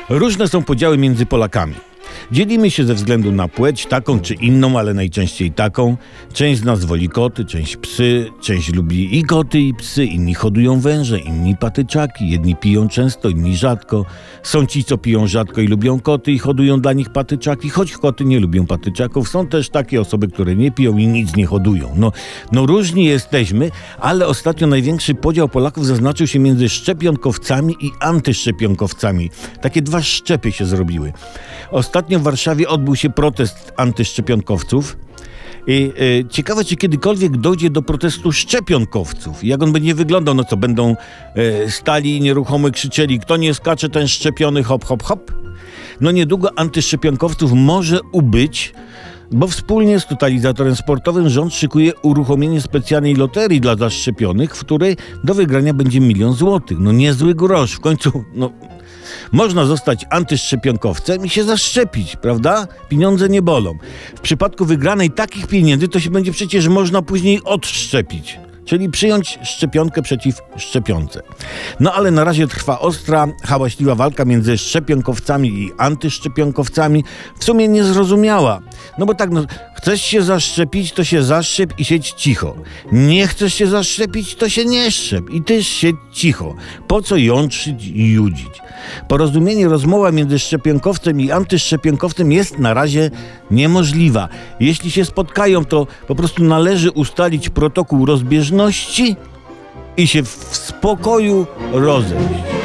Różne są podziały między Polakami. Dzielimy się ze względu na płeć, taką czy inną, ale najczęściej taką. Część z nas woli koty, część psy, część lubi i koty, i psy, inni hodują węże, inni patyczaki, jedni piją często, inni rzadko. Są ci, co piją rzadko i lubią koty i hodują dla nich patyczaki, choć koty nie lubią patyczaków. Są też takie osoby, które nie piją i nic nie hodują. No różni jesteśmy, ale ostatnio największy podział Polaków zaznaczył się między szczepionkowcami i antyszczepionkowcami. Takie dwa szczepy się zrobiły. Ostatnio w Warszawie odbył się protest antyszczepionkowców. Ciekawe, czy kiedykolwiek dojdzie do protestu szczepionkowców. Jak on będzie wyglądał? No co, będą stali nieruchomo krzyczeli, kto nie skacze, ten szczepiony, hop, hop, hop. No niedługo antyszczepionkowców może ubyć, bo wspólnie z totalizatorem sportowym rząd szykuje uruchomienie specjalnej loterii dla zaszczepionych, w której do wygrania będzie 1 000 000 złotych. No niezły grosz. W końcu, można zostać antyszczepionkowcem i się zaszczepić, prawda? Pieniądze nie bolą. W przypadku wygranej takich pieniędzy to się będzie przecież można później odszczepić. Czyli przyjąć szczepionkę przeciw szczepionce. No ale na razie trwa ostra, hałaśliwa walka między szczepionkowcami i antyszczepionkowcami. W sumie niezrozumiała. No bo tak, chcesz się zaszczepić, to się zaszczep i siedź cicho. Nie chcesz się zaszczepić, to się nie szczep i też siedź cicho. Po co jątrzyć i judzić? Porozumienie, rozmowa między szczepionkowcem i antyszczepionkowcem jest na razie niemożliwa. Jeśli się spotkają, to po prostu należy ustalić protokół rozbieżności i się w spokoju rozejść.